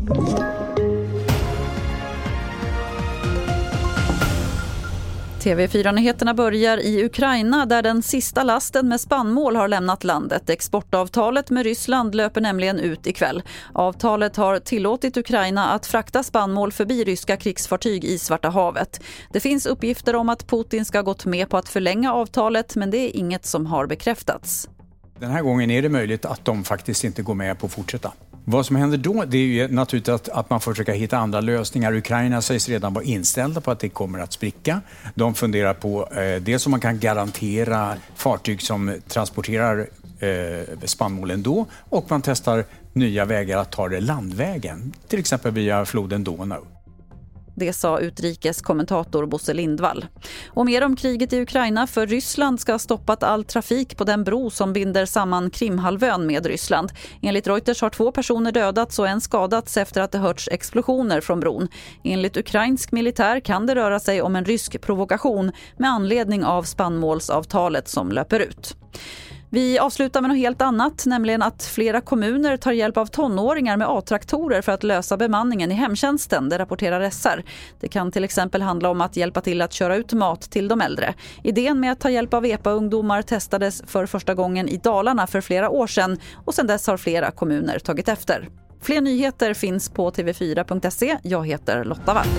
TV4-nyheterna börjar i Ukraina där den sista lasten med spannmål har lämnat landet. Exportavtalet med Ryssland löper nämligen ut ikväll. Avtalet har tillåtit Ukraina att frakta spannmål förbi ryska krigsfartyg i Svarta havet. Det finns uppgifter om att Putin ska ha gått med på att förlänga avtalet, men det är inget som har bekräftats. Den här gången är det möjligt att de faktiskt inte går med på att fortsätta. Vad som händer då, det är ju naturligtvis att man försöker hitta andra lösningar. Ukraina sägs redan vara inställda på att det kommer att spricka. De funderar på det som man kan garantera fartyg som transporterar spannmålen då, och man testar nya vägar att ta det landvägen, till exempel via floden Donau. Det sa utrikeskommentator Bosse Lindvall. Och mer om kriget i Ukraina, för Ryssland ska ha stoppat all trafik på den bro som binder samman Krimhalvön med Ryssland. Enligt Reuters har 2 personer dödats och en skadats efter att det hörts explosioner från bron. Enligt ukrainsk militär kan det röra sig om en rysk provokation med anledning av spannmålsavtalet som löper ut. Vi avslutar med något helt annat, nämligen att flera kommuner tar hjälp av tonåringar med A-traktorer för att lösa bemanningen i hemtjänsten, det rapporterar SR. Det kan till exempel handla om att hjälpa till att köra ut mat till de äldre. Idén med att ta hjälp av EPA-ungdomar testades för första gången i Dalarna för flera år sedan, och sedan dess har flera kommuner tagit efter. Fler nyheter finns på tv4.se. Jag heter Lotta Wall.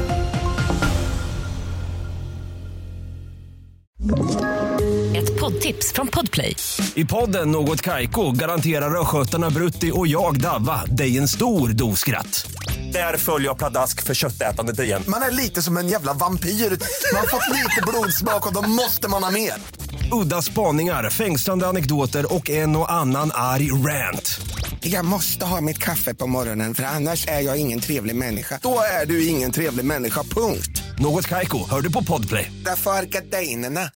Ett poddtips från Podplay. I podden Något Kaiko garanterar röskötarna Brutti och jag Davva dig en stor doskratt. Där följer jag pladask för köttätandet igen. Man är lite som en jävla vampyr. Man har fått lite blodsmak och då måste man ha mer. Udda spaningar, fängslande anekdoter och en och annan arg rant. Jag måste ha mitt kaffe på morgonen, för annars är jag ingen trevlig människa. Då är du ingen trevlig människa, punkt. Något Kaiko, hör du på Podplay. Därför är gardinerna.